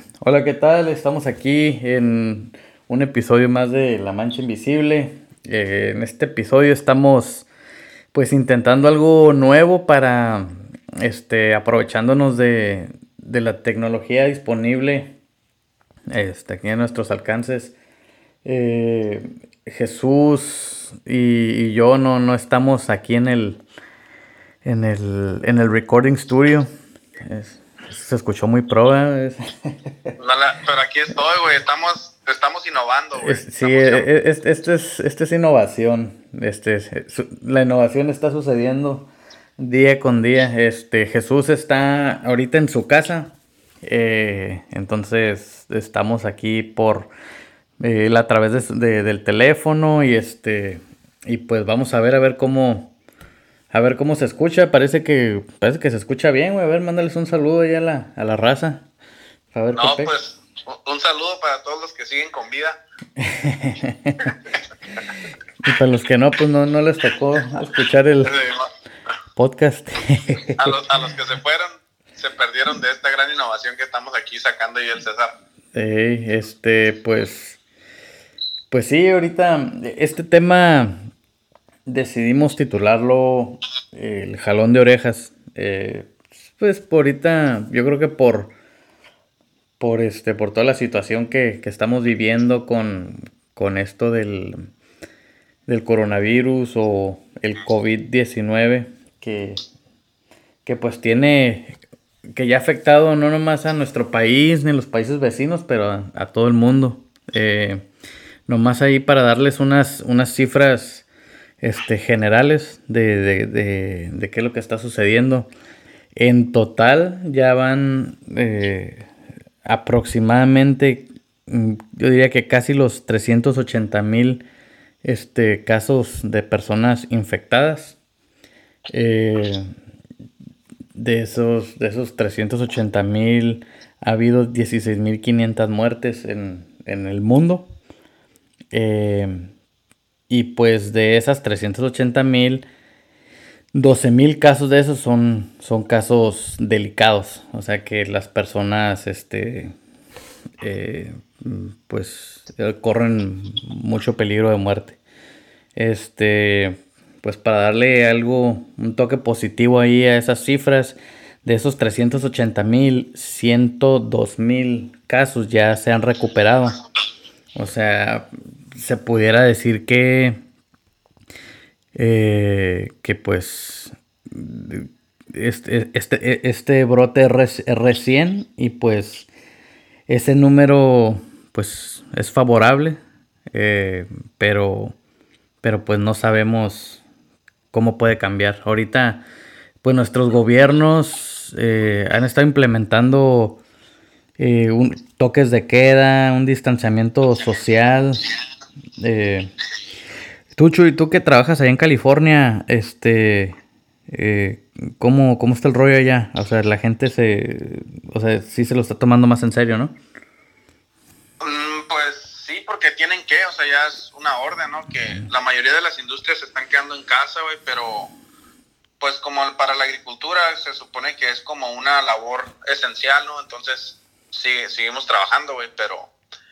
Hola, ¿qué tal? Estamos aquí en un episodio más de La Mancha Invisible. En este episodio estamos pues intentando algo nuevo para aprovechándonos de la tecnología disponible aquí a nuestros alcances. Eh, Jesús y yo no estamos aquí en el recording studio. Se escuchó muy pro, ¿eh? Pero aquí estoy, güey. Estamos innovando, güey. Sí, esto es innovación. La innovación está sucediendo día con día. Jesús está ahorita en su casa. Entonces estamos aquí por a través del teléfono y pues vamos a ver cómo se escucha. Parece que se escucha bien, güey. A ver, mándales un saludo ahí a la raza. A ver qué No, pex. pues un saludo para todos los que siguen con vida. Y para los que no, pues no les tocó escuchar el podcast. A los que se fueron, se perdieron de esta gran innovación que estamos aquí sacando yo y el César. Pues sí, ahorita este tema decidimos titularlo El jalón de orejas. Pues por ahorita, yo creo que por toda la situación que estamos viviendo con esto del coronavirus o el COVID-19 que pues que ya ha afectado no nomás a nuestro país ni a los países vecinos, pero a todo el mundo. Nomás ahí para darles unas cifras generales de qué es lo que está sucediendo. En total ya van aproximadamente, yo diría que casi los 380,000 casos de personas infectadas. Eh, de esos 380,000 ha habido 16,500 muertes en el mundo. Y pues de esas 380,000, 12,000 casos de esos son casos delicados. O sea que las personas eh, pues corren mucho peligro de muerte. Pues para darle un toque positivo ahí a esas cifras, de esos 380,000, 102,000 casos ya se han recuperado. O sea, se pudiera decir que pues este brote es recién y pues ese número pues es favorable, eh, pero, pero pues no sabemos cómo puede cambiar. Ahorita pues nuestros gobiernos han estado implementando toques de queda, un distanciamiento social. Eh, Tú, Chuy, tú que trabajas allá en California, ¿cómo está el rollo allá? O sea, la gente o sea, sí se lo está tomando más en serio, ¿no? Pues sí, porque tienen que, o sea, ya es una orden, ¿no? Que la mayoría de las industrias se están quedando en casa, güey, pero pues como para la agricultura se supone que es como una labor esencial, ¿no? Entonces seguimos trabajando, güey, pero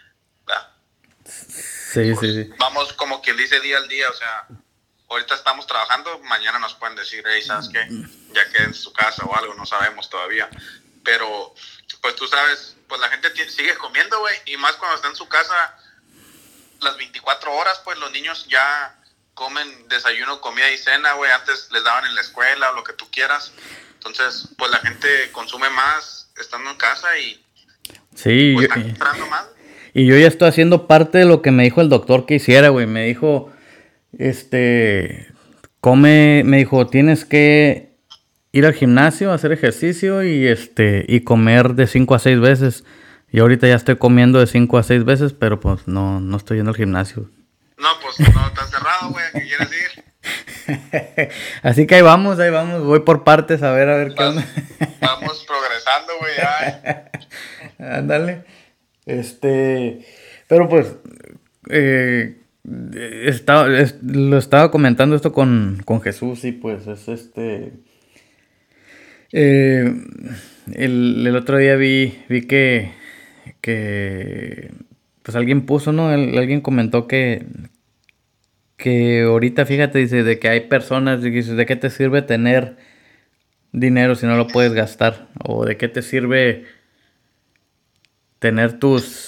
Sí, pues sí, sí. vamos como quien dice día al día, o sea, ahorita estamos trabajando, mañana nos pueden decir, hey, ¿sabes qué? Ya quedé en su casa o algo, no sabemos todavía. Pero, pues tú sabes, pues la gente sigue comiendo, güey, y más cuando está en su casa las 24 horas, pues los niños ya comen desayuno, comida y cena, güey, antes les daban en la escuela o lo que tú quieras. Entonces, pues la gente consume más estando en casa y Sí, pues están comprando más. y yo ya estoy haciendo parte de lo que me dijo el doctor que hiciera, güey. Me dijo, este, me dijo, tienes que ir al gimnasio, hacer ejercicio y comer de 5 a 6 veces. Y ahorita ya estoy comiendo de 5 a 6 veces, pero pues no estoy yendo al gimnasio. No, pues no, está cerrado, güey, ¿a qué quieres ir? Así que ahí vamos, voy por partes a ver qué onda. Vamos progresando, güey, ya. Ándale. Pero pues, eh, lo estaba comentando esto con Jesús y pues es eh, el otro día vi pues alguien puso, ¿no? Alguien comentó que ahorita, fíjate, dice, de que hay personas, dice, ¿de qué te sirve tener dinero si no lo puedes gastar? ¿O de qué te sirve tener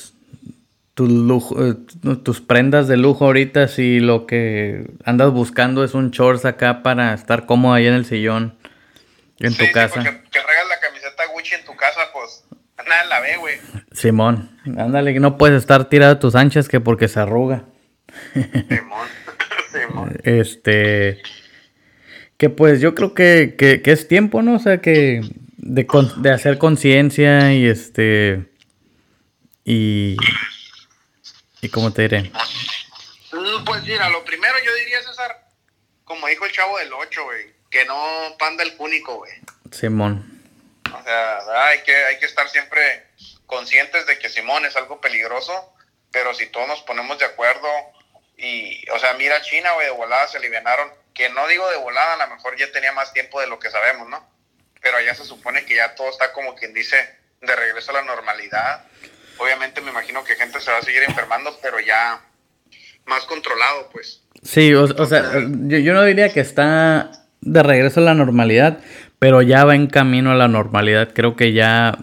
tus prendas de lujo ahorita si lo que andas buscando es un shorts acá para estar cómodo ahí en el sillón en tu casa? Porque que traigas la camiseta Gucci en tu casa, pues nadie la ve, güey. Simón, ándale, que no puedes estar tirado a tus anchas que porque se arruga. Simón. Simón. Que pues yo creo que es tiempo, ¿no? O sea, que de hacer conciencia y ¿cómo te diré? Pues mira, lo primero yo diría, César, como dijo el Chavo del 8, güey, que no panda el cúnico, güey. Simón. O sea, hay que estar siempre conscientes de que Simón es algo peligroso, pero si todos nos ponemos de acuerdo y, o sea, mira China, güey, de volada se alivianaron, que no digo de volada, a lo mejor ya tenía más tiempo de lo que sabemos, ¿no? Pero allá se supone que ya todo está como quien dice de regreso a la normalidad. Obviamente me imagino que gente se va a seguir enfermando, pero ya más controlado, pues. Sí, o sea, yo no diría que está de regreso a la normalidad, pero ya va en camino a la normalidad. Creo que ya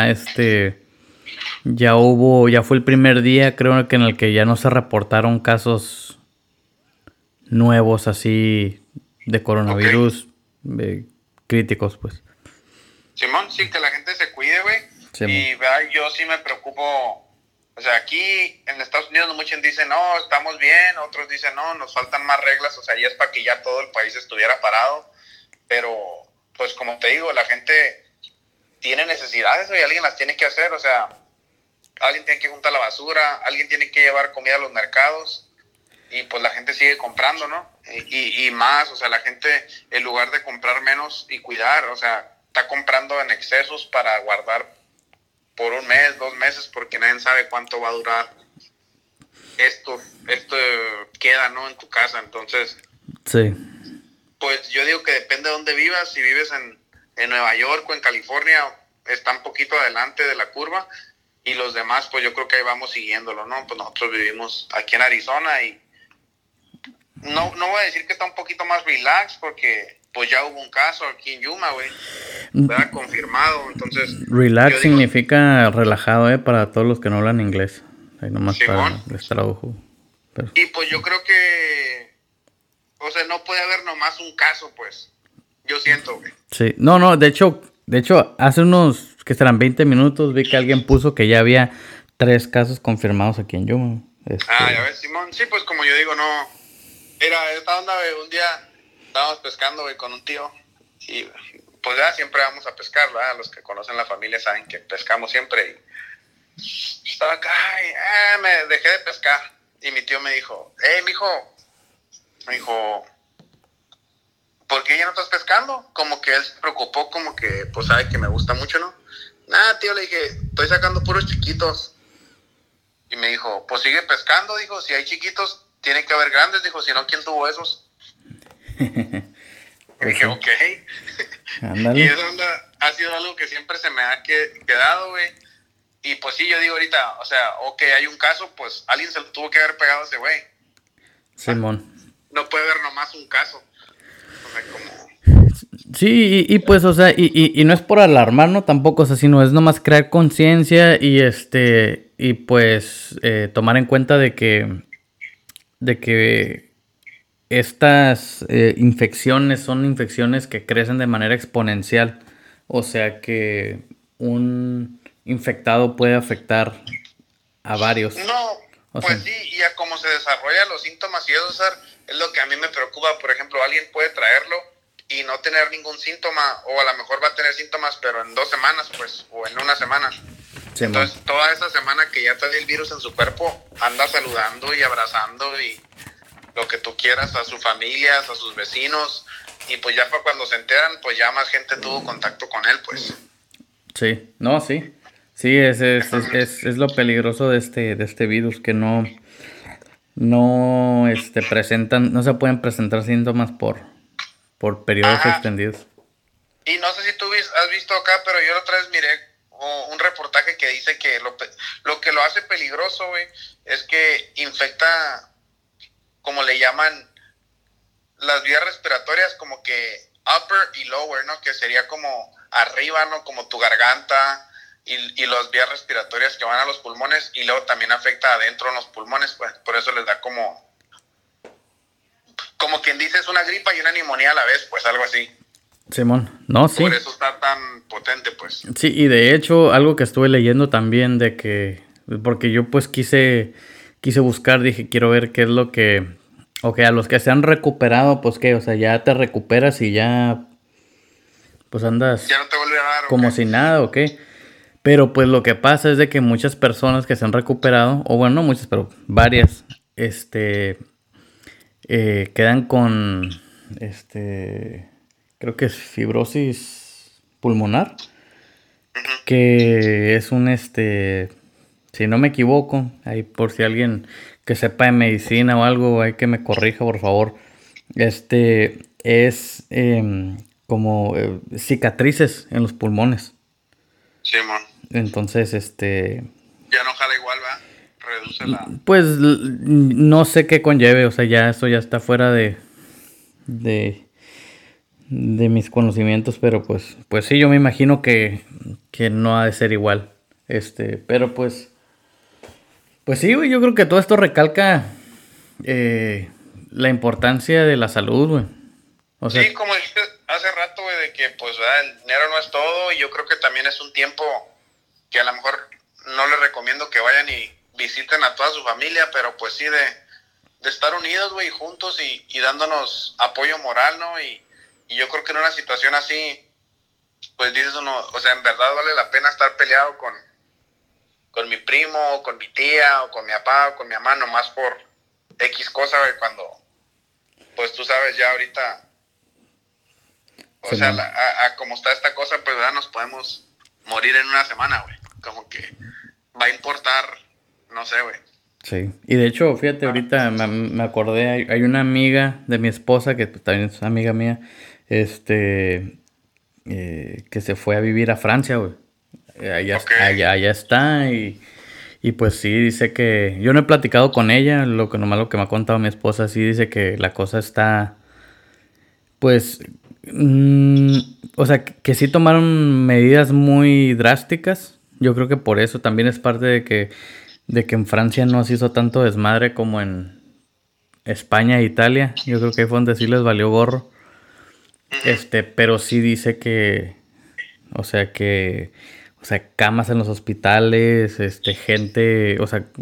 fue el primer día, creo que en el que ya no se reportaron casos nuevos así de coronavirus críticos, pues. Simón, sí, que la gente se cuide, güey. Sí, y yo sí me preocupo. O sea, aquí en Estados Unidos muchos dicen, no, estamos bien, otros dicen, no, nos faltan más reglas, o sea, ya es para que ya todo el país estuviera parado, pero, pues como te digo, la gente tiene necesidades, y alguien las tiene que hacer, o sea, alguien tiene que juntar la basura, alguien tiene que llevar comida a los mercados, y pues la gente sigue comprando, ¿no? Y más, o sea, la gente, en lugar de comprar menos y cuidar, o sea, está comprando en excesos para guardar por un mes, 2 meses, porque nadie sabe cuánto va a durar esto queda, ¿no? En tu casa, entonces. Sí. Pues yo digo que depende de dónde vivas, si vives en Nueva York o en California, está un poquito adelante de la curva, y los demás, pues yo creo que ahí vamos siguiéndolo, ¿no? Pues nosotros vivimos aquí en Arizona y no voy a decir que está un poquito más relax, porque pues ya hubo un caso aquí en Yuma, güey, ¿verdad? Confirmado, entonces. Relax significa relajado, para todos los que no hablan inglés. Ahí nomás Simón. Les tradujo. Pero. Y pues yo creo que, o sea, no puede haber nomás un caso, pues, yo siento, güey. Sí, no, de hecho, hace unos, que serán 20 minutos, vi que alguien puso que ya había 3 casos confirmados aquí en Yuma. Ya ves, Simón, sí, pues como yo digo, no, era esta onda, güey, un día estábamos pescando, güey, con un tío, y pues ya siempre vamos a pescar, ¿verdad? Los que conocen la familia saben que pescamos siempre, y estaba acá, y me dejé de pescar, y mi tío me dijo, mijo, ¿por qué ya no estás pescando? Como que él se preocupó, como que, pues sabe que me gusta mucho, ¿no? Nada, tío, le dije, estoy sacando puros chiquitos. Y me dijo, pues sigue pescando, dijo, si hay chiquitos, tiene que haber grandes, dijo, si no, ¿quién tuvo esos? Y dije, ok. Y esa onda ha sido algo que siempre se me ha quedado, güey. Y pues sí, yo digo ahorita, o sea, ok, hay un caso, pues alguien se lo tuvo que haber pegado a ese güey. Simón. No puede haber nomás un caso. O sea, como. Sí, y pues, o sea, y no es por alarmar, ¿no? Tampoco, o sea, sino es nomás crear conciencia y pues tomar en cuenta de que estas infecciones son infecciones que crecen de manera exponencial. O sea que un infectado puede afectar a varios. No, pues sí, y a cómo se desarrollan los síntomas y eso, es lo que a mí me preocupa. Por ejemplo, alguien puede traerlo y no tener ningún síntoma, o a lo mejor va a tener síntomas, pero en 2 semanas, pues, o en 1 semana. Sí, entonces, toda esa semana que ya trae el virus en su cuerpo, anda saludando y abrazando y lo que tú quieras a sus familias, a sus vecinos, y pues ya fue cuando se enteran, pues ya más gente tuvo contacto con él, pues. Sí, no, sí. Sí, es lo peligroso de este virus, que no se pueden presentar síntomas por periodos extendidos. Y no sé si tú has visto acá, pero yo la otra vez miré un reportaje que dice que lo que lo hace peligroso, güey, es que infecta, como le llaman, las vías respiratorias, como que upper y lower, ¿no? Que sería como arriba, ¿no? Como tu garganta y las vías respiratorias que van a los pulmones, y luego también afecta adentro en los pulmones, pues por eso les da como quien dice, es una gripa y una neumonía a la vez, pues algo así. Simón, no, sí. Por eso está tan potente, pues. Sí, y de hecho, algo que estuve leyendo también de que, porque yo pues quise buscar, dije, quiero ver qué es lo que, ok, a los que se han recuperado, pues qué, o sea, ya te recuperas y ya, pues andas Ya no te vuelve a dar, como ¿ok? si nada, ok. Pero pues lo que pasa es de que muchas personas que se han recuperado, o bueno, no muchas, pero varias, quedan con, creo que es fibrosis pulmonar, que es un, si no me equivoco, ahí por si alguien que sepa de medicina o algo, hay que me corrija, por favor, es como cicatrices en los pulmones. Sí, man. Entonces, Ya no jala igual, ¿va? Reduce la... pues no sé qué conlleve, o sea, ya eso ya está fuera de, de mis conocimientos, pero pues sí, yo me imagino que no ha de ser igual. Pero pues sí, güey, yo creo que todo esto recalca la importancia de la salud, güey. O sea, Sí, como dijiste hace rato, güey, de que pues ¿verdad? El dinero no es todo, y yo creo que también es un tiempo que a lo mejor no les recomiendo que vayan y visiten a toda su familia, pero pues sí de estar unidos, güey, juntos y dándonos apoyo moral, ¿no? Y yo creo que en una situación así, pues dices uno, o sea, en verdad vale la pena estar peleado con mi primo, o con mi tía, o con mi papá, o con mi mamá, nomás por X cosa, güey, cuando, pues tú sabes, ya ahorita, o sí, sea, man. como está esta cosa, pues ¿verdad? Nos podemos morir en una semana, güey. Como que va a importar, no sé, güey. Sí. Y de hecho, fíjate, ahorita me acordé, hay una amiga de mi esposa, que pues, también es amiga mía, que se fue a vivir a Francia, güey. Ok. Allá está y pues sí, dice que... Yo no he platicado con ella, lo que me ha contado mi esposa, sí dice que la cosa está... Pues... o sea, que sí tomaron medidas muy drásticas. Yo creo que por eso también es parte de que en Francia no se hizo tanto desmadre como en España e Italia. Yo creo que ahí fue donde sí les valió gorro. Pero sí dice que... O sea que... O sea, camas en los hospitales, gente, o sea,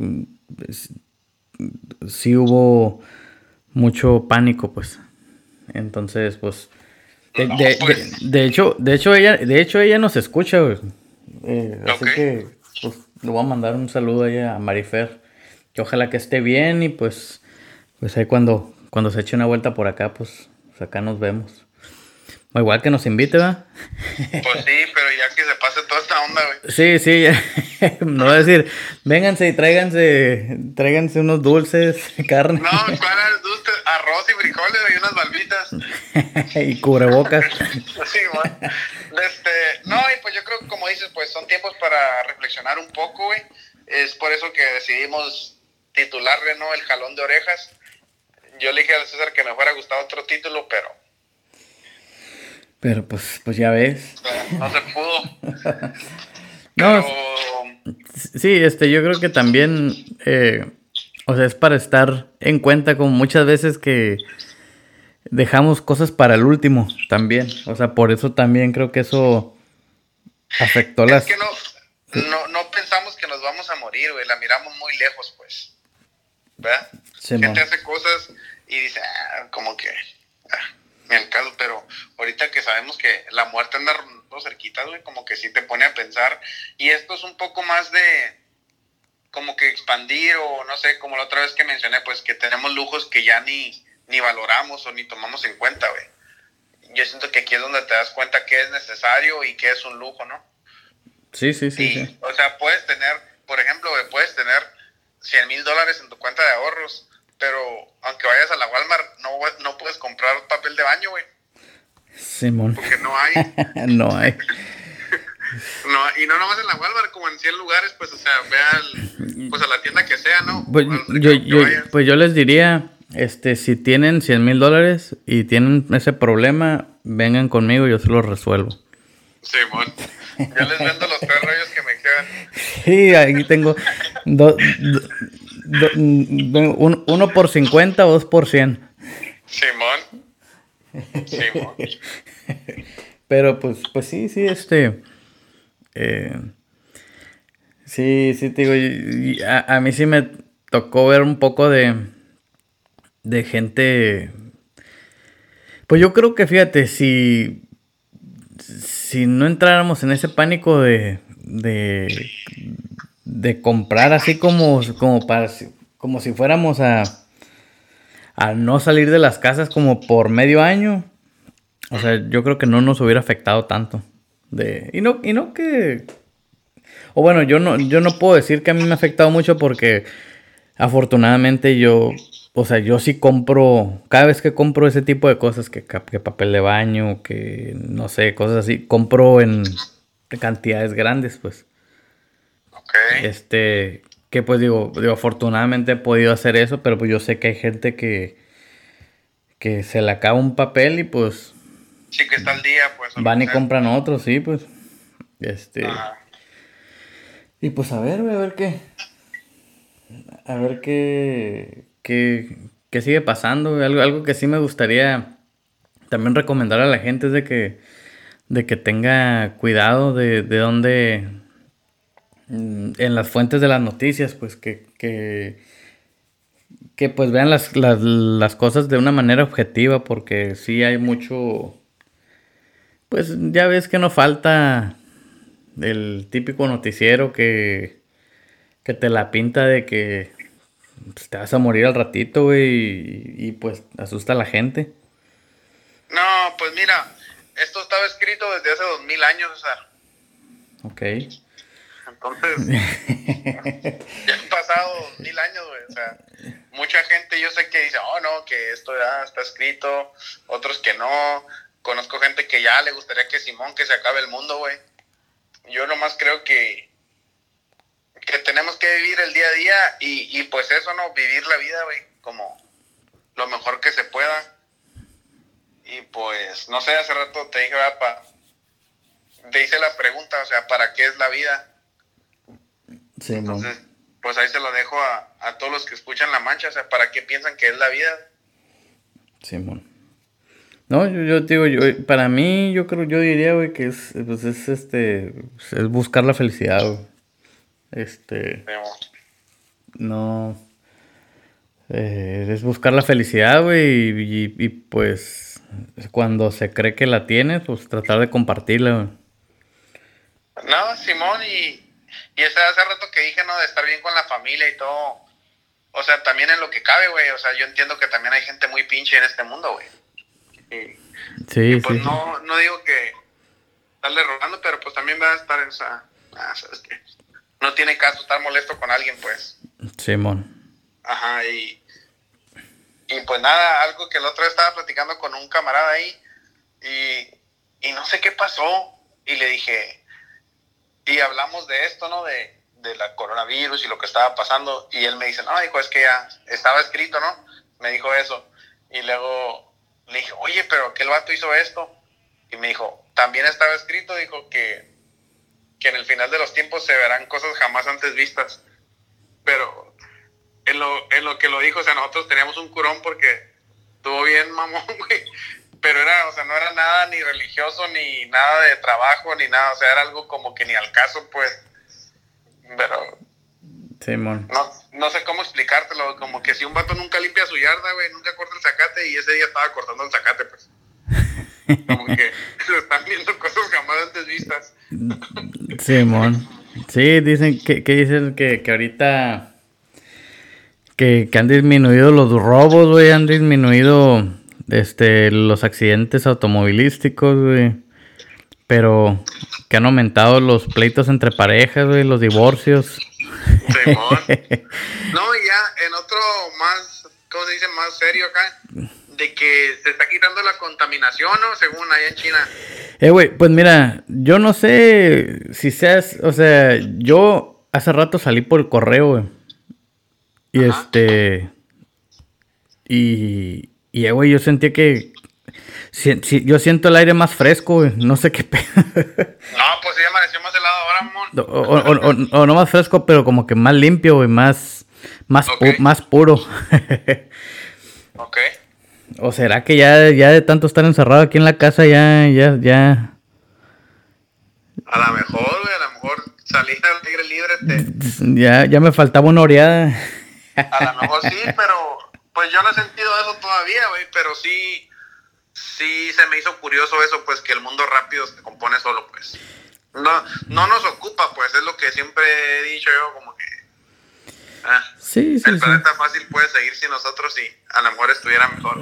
sí hubo mucho pánico, pues. Entonces, pues, No, pues, de hecho ella nos escucha, güey. Así ok. que, pues, le voy a mandar un saludo a ella, a Marifer, que ojalá que esté bien y pues ahí cuando se eche una vuelta por acá, pues acá nos vemos. O igual que nos invite, ¿va? Pues sí, pero ya que se pase toda esta onda, güey. Sí, sí, no voy a decir, vénganse y tráiganse unos dulces, carne No, ¿cuál es? Usted? Arroz y frijoles y unas balbitas. y cubrebocas. Sí, güey. No, y pues yo creo que como dices, pues son tiempos para reflexionar un poco, güey. Es por eso que decidimos titularle, ¿no? El jalón de orejas. Yo le dije a César que me fuera gustado otro título, pero Pero pues ya ves. no se pudo. No, Pero sí, yo creo que también, o sea, es para estar en cuenta como muchas veces que dejamos cosas para el último también. O sea, por eso también creo que eso afectó es que las... no pensamos que nos vamos a morir, güey. La miramos muy lejos, pues. ¿Verdad? Simón. Gente hace cosas y dice, como que, ni al caso, pero ahorita que sabemos que la muerte anda rondando cerquita, güey, como que sí te pone a pensar. Y esto es un poco más de, como que expandir, o no sé, como la otra vez que mencioné, pues que tenemos lujos que ya ni valoramos o ni tomamos en cuenta, güey. Yo siento que aquí es donde te das cuenta qué es necesario y qué es un lujo, ¿no? Sí, sí, sí, Y, sí. o sea, puedes tener, por ejemplo, puedes tener $100,000 en tu cuenta de ahorros, pero aunque vayas a la Walmart, no puedes comprar papel de baño, güey, Simón. porque no hay. No hay. No, y no nomás en la Walmart, como en 100 lugares, pues, o sea, pues a la tienda que sea, ¿no? Pues pues yo les diría, si tienen $100,000 y tienen ese problema, vengan conmigo, yo se los resuelvo. Simón, yo les vendo los 3 rollos que me quedan. Sí, aquí tengo uno por 50 o 2 por 100. Simón. Pero pues sí, sí, te digo, a mí sí me tocó ver un poco de gente. Pues yo creo que fíjate, si no entráramos en ese pánico de comprar así como si fuéramos a no salir de las casas como por medio año, o sea, yo creo que no nos hubiera afectado tanto. Y no que... O bueno, yo no puedo decir que a mí me ha afectado mucho porque afortunadamente yo sí compro, cada vez que compro ese tipo de cosas, que papel de baño, que no sé, cosas así, compro en cantidades grandes, pues. Ok. Que pues digo, afortunadamente he podido hacer eso, pero pues yo sé que hay gente que se le acaba un papel y pues Sí, que está al día, pues, o lo van que y sea. compran otro, sí, pues. Ajá. Y pues a ver, güey, a ver qué sigue pasando, güey. Algo que sí me gustaría también recomendar a la gente es de que tenga cuidado de dónde, en las fuentes de las noticias, pues que pues vean las cosas de una manera objetiva, porque sí hay mucho, pues ya ves que no falta el típico noticiero que te la pinta de que pues, te vas a morir al ratito, güey, pues asusta a la gente. No, pues mira, esto estaba escrito desde hace 2000 años, o sea, Ok. entonces ya han pasado 2000 años, güey, o sea, mucha gente yo sé que dice, oh no, que esto ya está escrito, otros que no, conozco gente que ya le gustaría que Simón, que se acabe el mundo, güey. Yo nomás creo que tenemos que vivir el día a día y pues eso, ¿no? Vivir la vida, güey, como lo mejor que se pueda. Y pues, no sé, hace rato te dije, te hice la pregunta, o sea, ¿para qué es la vida? Sí, Entonces, pues ahí se lo dejo a todos los que escuchan La Mancha, o sea, ¿para qué piensan que es la vida? Simón. No, yo te digo, para mí, yo diría, güey, que pues es buscar la felicidad, güey. No, es buscar la felicidad, güey, y pues cuando se cree que la tienes, pues tratar de compartirla, güey. No, Simón, y ese hace rato que dije, ¿no? De estar bien con la familia y todo. O sea, también en lo que cabe, güey. O sea, yo entiendo que también hay gente muy pinche en este mundo, güey. Sí, Y pues sí. no digo que estarle rogando, pero pues también va a estar en esa... ¿sabes qué? No tiene caso estar molesto con alguien, pues. Simón. Ajá, y pues nada, algo que el otro día estaba platicando con un camarada ahí y no sé qué pasó. Y le dije, y hablamos de esto, ¿no? De la coronavirus y lo que estaba pasando. Y él me dice, no, dijo, es que ya estaba escrito, ¿no? Me dijo eso. Y luego le dije, oye, pero ¿qué el vato hizo esto? Y me dijo, también estaba escrito, dijo que en el final de los tiempos se verán cosas jamás antes vistas. Pero en lo que lo dijo, o sea, nosotros teníamos un curón porque estuvo bien mamón, güey. Pero era, o sea, no era nada ni religioso, ni nada de trabajo, ni nada. O sea, era algo como que ni al caso, pues. Pero Simón. no sé cómo explicártelo. Como que si un vato nunca limpia su yarda, güey, nunca corta el zacate y ese día estaba cortando el zacate, pues. Como que se están viendo cosas jamás antes vistas. Simón. Sí, dicen que ahorita que han disminuido los robos, güey, han disminuido los accidentes automovilísticos, güey. Pero que han aumentado los pleitos entre parejas, güey, los divorcios. Simón. No, y ya en otro más, ¿cómo se dice? Más serio acá, de que se está quitando la contaminación, ¿no? Según allá en China. Güey, pues mira, yo no sé si seas, o sea, yo hace rato salí por el correo, güey. Y Ajá. güey, yo sentía que, yo siento el aire más fresco, güey, no sé qué pedo. No, pues sí, amaneció más helado ahora, O, mon. o no más fresco, pero como que más limpio, güey, Ok, más puro. ok. ¿O será que ya de tanto estar encerrado aquí en la casa ya, A lo mejor, güey, a lo mejor salir al aire libre ya me faltaba una oreada? a lo mejor sí, pero pues yo no he sentido eso todavía, güey, pero sí, sí se me hizo curioso eso, pues que el mundo rápido se compone solo, pues. No nos ocupa, pues, es lo que siempre he dicho yo, como que Sí, el sí. planeta fácil puede seguir sin nosotros y a lo mejor estuviera mejor.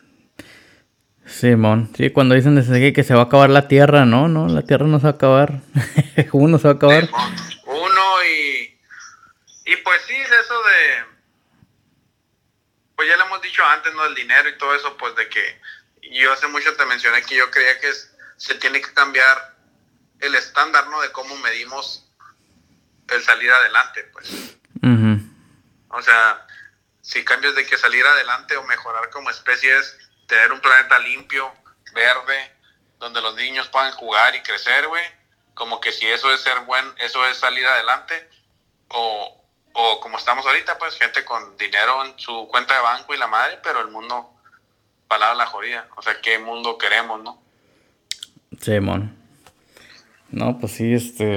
Simón, sí, cuando dicen desde que se va a acabar la Tierra, no, la Tierra no se va a acabar. Uno se va a acabar. Uno y pues sí, eso de, pues ya lo hemos dicho antes, ¿no? El dinero y todo eso, pues de que yo hace mucho te mencioné que yo creía que se tiene que cambiar el estándar, ¿no? De cómo medimos el salir adelante, pues. Uh-huh. O sea, si cambias de que salir adelante o mejorar como especie es tener un planeta limpio, verde, donde los niños puedan jugar y crecer, güey. Como que si eso es eso es salir adelante. O como estamos ahorita, pues gente con dinero en su cuenta de banco y la madre, pero el mundo palabra la jodida. O sea, ¿qué mundo queremos, no? Simón. No, pues sí,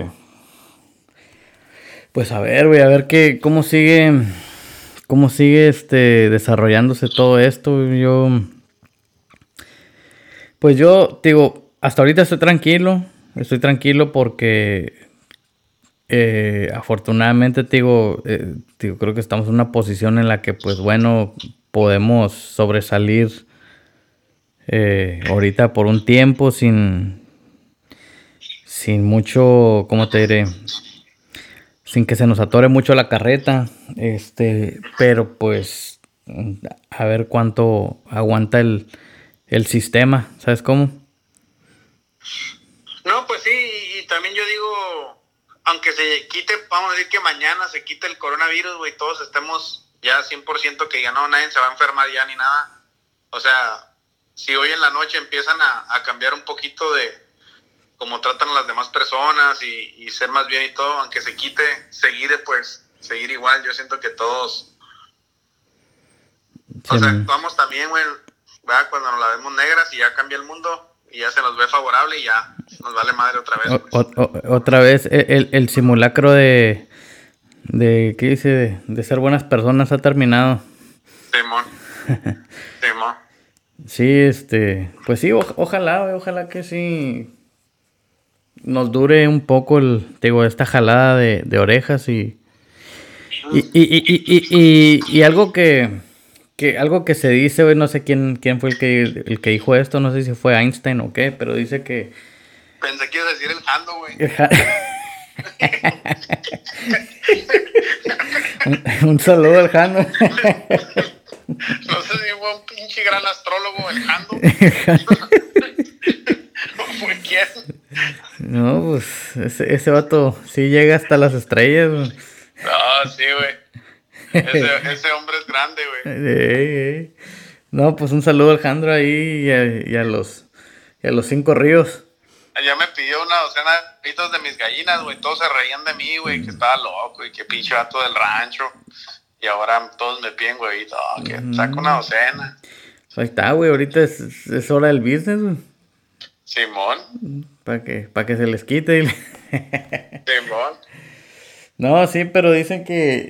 pues a ver, güey, a ver cómo sigue desarrollándose todo esto. Pues yo digo, hasta ahorita estoy tranquilo porque afortunadamente digo, creo que estamos en una posición en la que pues bueno, podemos sobresalir ahorita por un tiempo sin mucho, ¿cómo te diré? Sin que se nos atore mucho la carreta, pero pues a ver cuánto aguanta el sistema, ¿sabes cómo? No, pues sí, y también yo digo, aunque se quite, vamos a decir que mañana se quite el coronavirus, güey, todos estemos ya 100% que ya no, nadie se va a enfermar ya ni nada. O sea, si hoy en la noche empiezan a cambiar un poquito de cómo tratan a las demás personas y ser más bien y todo, aunque se quite, seguir igual, yo siento que todos, Sí, o sea, actuamos también, güey, ¿verdad? Cuando nos la vemos negras y ya cambia el mundo y ya se nos ve favorable y ya nos vale madre otra vez. Pues. otra vez el simulacro de ¿qué dice? De ser buenas personas ha terminado. Simón. Simón. Sí, pues sí, ojalá que sí nos dure un poco esta jalada de orejas y algo algo que se dice, güey, no sé quién fue el que dijo esto, no sé si fue Einstein o qué, pero dice que Pensé que ibas a decir el Jando, güey. un saludo al Jano. No sé si fue un pinche gran astrólogo el Jando. ¿Fue quién? No, pues ese vato sí llega hasta las estrellas, güey. No, sí, güey. Ese hombre es grande, güey. No, pues un saludo al Alejandro ahí y a los 5 ríos. Ya me pidió una docena de pitos de mis gallinas, güey. Todos se reían de mí, güey, que estaba loco y que pinche vato del rancho. Y ahora todos me piden, güey, que saco una docena. Ahí está, güey. Ahorita es hora del business, güey. Simón. Para que se les quite. Simón. No, sí, pero dicen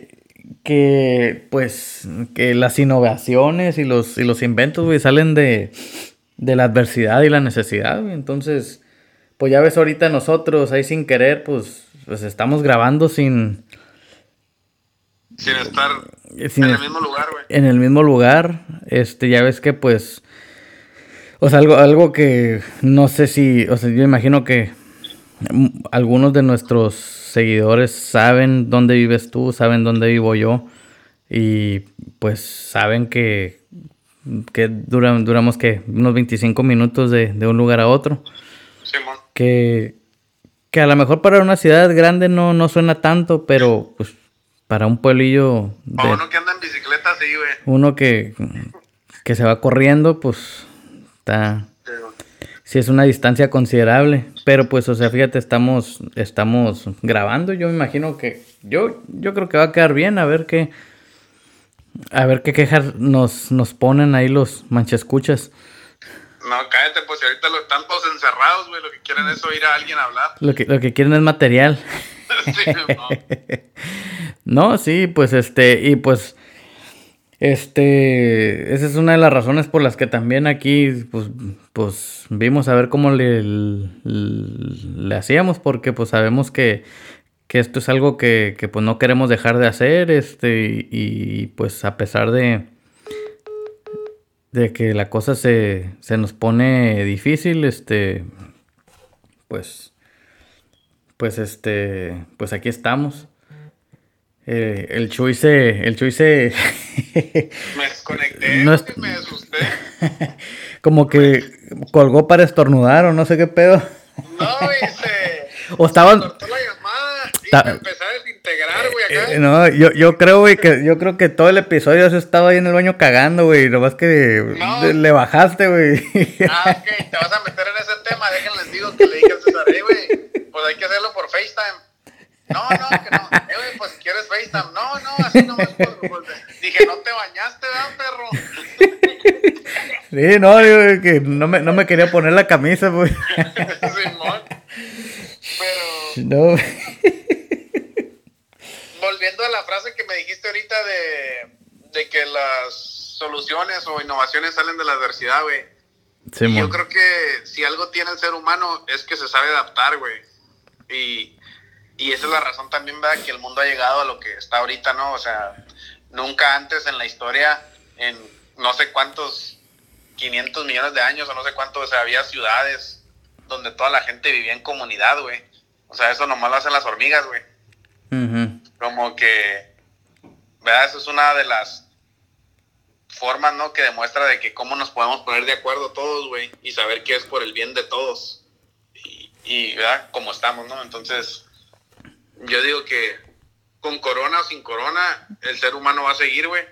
pues, que las innovaciones y los inventos, güey, salen de la adversidad y la necesidad, güey. Entonces, pues ya ves ahorita nosotros ahí sin querer, pues estamos grabando sin estar en el mismo lugar, güey. En el mismo lugar, ya ves que pues, o sea, algo que no sé si, o sea, yo imagino que algunos de nuestros seguidores saben dónde vives tú, saben dónde vivo yo y pues saben que duramos que unos 25 minutos de un lugar a otro. Simón. Que a lo mejor para una ciudad grande no suena tanto, pero pues para un pueblillo O uno que anda en bicicleta, sí, güey. uno que se va corriendo, pues está, Sí, güey. sí es una distancia considerable, pero pues, o sea, fíjate, estamos grabando, yo me imagino que, yo creo que va a quedar bien, a ver qué quejas nos ponen ahí los manchescuchas. No, cállate, pues si ahorita están todos encerrados, güey. Lo que quieren es oír a alguien hablar. Lo que quieren es material. Sí, no. No, sí, pues y pues esa es una de las razones por las que también aquí pues vimos a ver cómo le hacíamos, porque pues sabemos que esto es algo que pues no queremos dejar de hacer, y pues a pesar de que la cosa se nos pone difícil, pues pues aquí estamos. El Chuy se Me desconecté, no porque me asusté. como que colgó para estornudar o no sé qué pedo. No, güey, se O estaban cortó la llamada y Ta- me empecé a desintegrar, güey, acá. no, yo creo, güey, que todo el episodio has estado ahí en el baño cagando, güey, nomás que No. le bajaste, güey. Ok, te vas a meter en ese tema. Déjenles digo que le dije a César, güey, pues hay que hacerlo por FaceTime. No, que no. Güey, pues si quieres FaceTime. No, así nomás. Dije, no te bañaste, ¿verdad, perro? Sí, no, digo que no me quería poner la camisa, güey. Simón. Pero No. volviendo a la frase que me dijiste ahorita de que las soluciones o innovaciones salen de la adversidad, güey. Sí, Y yo creo que si algo tiene el ser humano es que se sabe adaptar, güey. Y esa es la razón también, ¿verdad? Que el mundo ha llegado a lo que está ahorita, ¿no? O sea, nunca antes en la historia, en no sé cuántos, 500 millones de años o no sé cuántos, o sea, había ciudades donde toda la gente vivía en comunidad, güey. O sea, eso nomás lo hacen las hormigas, güey. Uh-huh. Como que, ¿verdad? Eso es una de las formas, ¿no? Que demuestra de que cómo nos podemos poner de acuerdo todos, güey, y saber que es por el bien de todos. Y ¿verdad? Como estamos, ¿no? Entonces, yo digo que con corona o sin corona, el ser humano va a seguir, güey.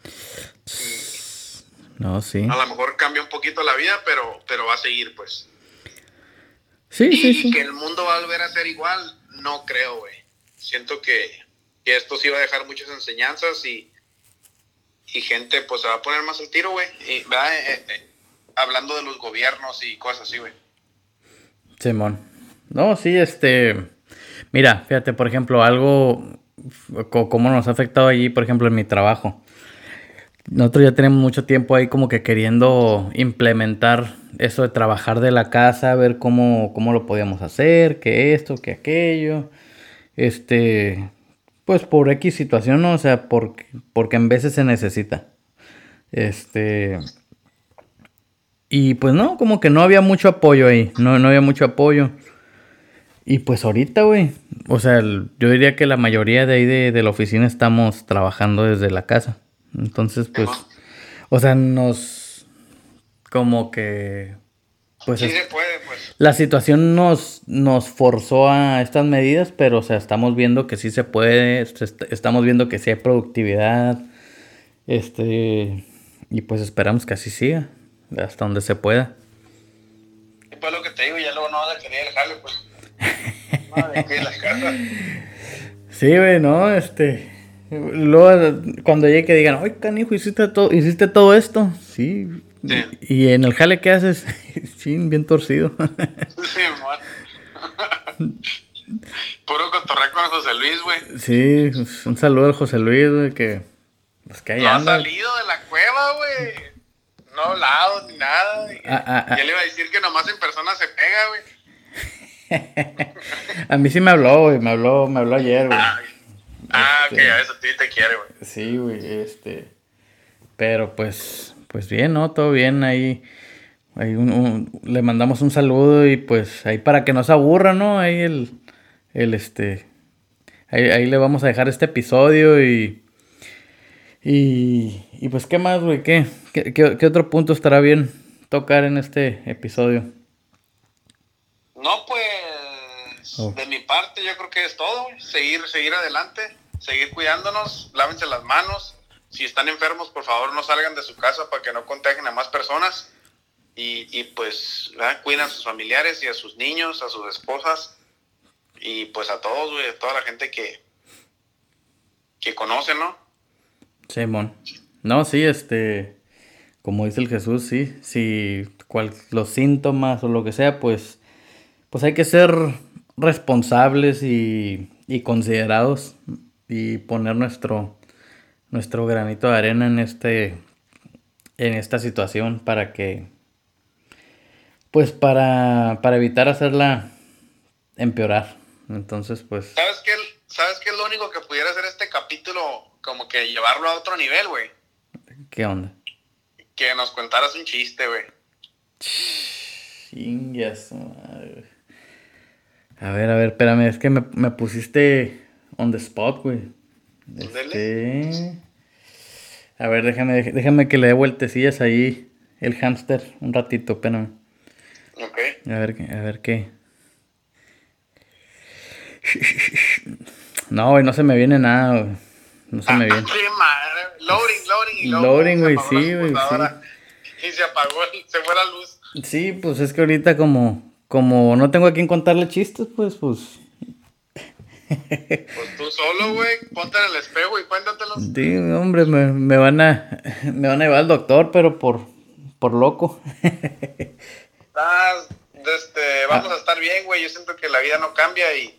No, sí. A lo mejor cambia un poquito la vida, pero va a seguir, pues. Sí, Y sí. que el mundo va a volver a ser igual, no creo, güey. Siento que esto sí va a dejar muchas enseñanzas y gente pues se va a poner más al tiro, güey. Y ¿verdad? Hablando de los gobiernos y cosas así, güey. Simón. No, sí, mira, fíjate, por ejemplo, algo cómo nos ha afectado allí, por ejemplo, en mi trabajo. Nosotros ya tenemos mucho tiempo ahí como que queriendo implementar eso de trabajar de la casa, ver cómo lo podíamos hacer, que esto, que aquello. Pues por X situación, ¿no? O sea, porque en veces se necesita. Y pues no, como que no había mucho apoyo ahí, no había mucho apoyo. Y pues ahorita, güey, o sea, yo diría que la mayoría de ahí de la oficina estamos trabajando desde la casa. Entonces, pues, o sea, como que, pues, Sí se puede, pues. la situación nos forzó a estas medidas, pero, o sea, estamos viendo que sí se puede, estamos viendo que sí hay productividad, y pues esperamos que así siga, hasta donde se pueda. Y pues lo que te digo, ya luego no vas a querer el jale, pues. No, de aquí en la casa. Sí, güey, no, luego cuando llegue que digan, oye, canijo, hiciste todo esto, sí. Sí. Y en el jale, ¿qué haces? Sí, bien torcido. Sí, man. Puro cotorreo con José Luis, güey. Sí, pues, un saludo al José Luis, güey, que pues que ahí No ha anda. salido de la cueva, güey. No ha hablado ni nada. Ya le iba a decir que nomás en persona se pega, güey. A mí sí me habló, güey, me habló ayer, güey. Ok, a eso sí te quiere, güey. Sí, güey, pero pues bien, ¿no? Todo bien, ahí le mandamos un saludo y pues ahí para que no se aburra, ¿no? Ahí ahí le vamos a dejar este episodio y pues ¿qué más, güey? ¿Qué otro punto estará bien tocar en este episodio? No, No, pues, Oh. de mi parte yo creo que es todo, güey. Seguir adelante, seguir cuidándonos, lávense las manos. Si están enfermos, por favor, no salgan de su casa para que no contagien a más personas. Y pues, ¿verdad? Cuiden a sus familiares y a sus niños, a sus esposas. Y pues a todos, güey, a toda la gente que conocen, ¿no? Simón. No, sí, como dice el Jesús, sí, si los síntomas o lo que sea, pues hay que ser responsables y considerados y poner nuestro granito de arena en esta situación para que, pues para evitar hacerla empeorar. Entonces, pues, ¿Sabes qué es lo único que pudiera hacer este capítulo? Como que llevarlo a otro nivel, güey. ¿qué onda? Que nos contaras un chiste, güey. Chingas, madre. A ver, espérame, es que me pusiste on the spot, güey. A ver, déjame que le dé vueltecillas ahí el hámster un ratito, espérame. Ok. A ver qué. No, güey, no se me viene nada, güey. No se me viene. ¡Qué madre! Loading. Loading, güey, Se apagó sí, la güey, computadora y se apagó, se fue la luz. Sí, pues es que ahorita como no tengo a quien contarle chistes, pues. Pues tú solo, güey, ponte en el espejo y cuéntatelos. Sí, hombre, me van a llevar al doctor, pero por loco. Vamos a estar bien, güey. Yo siento que la vida no cambia y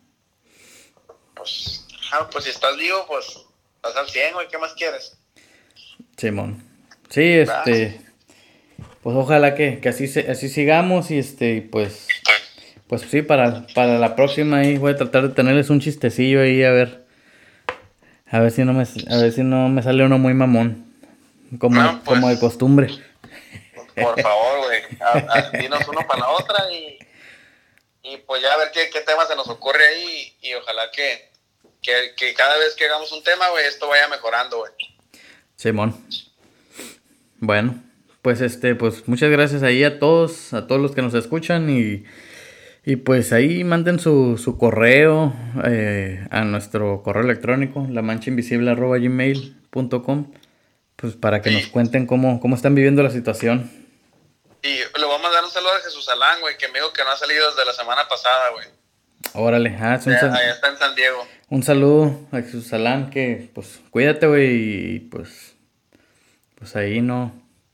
pues si estás vivo, pues vas al 100, güey. ¿Qué más quieres? Simón. Sí, pues ojalá que así sigamos y pues sí, para la próxima ahí voy a tratar de tenerles un chistecillo ahí a ver si no me sale uno muy mamón, como de costumbre. Por favor, güey, dinos uno para la otra y pues ya a ver qué tema se nos ocurre ahí y ojalá que cada vez que hagamos un tema, güey, esto vaya mejorando, güey. Simón. Bueno, pues pues muchas gracias ahí a todos los que nos escuchan y pues ahí manden su correo a nuestro correo electrónico, lamanchainvisible@gmail.com, pues para que nos cuenten cómo están viviendo la situación. Y le vamos a dar un saludo a Jesús Alán, güey, que me dijo que no ha salido desde la semana pasada, güey. Órale, allá está en San Diego. Un saludo a Jesús Alán, que pues cuídate, güey, y pues ahí no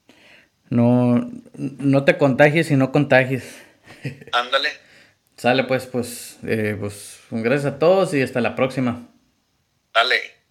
te contagies y no contagies. Ándale. Sale pues gracias a todos y hasta la próxima. Dale.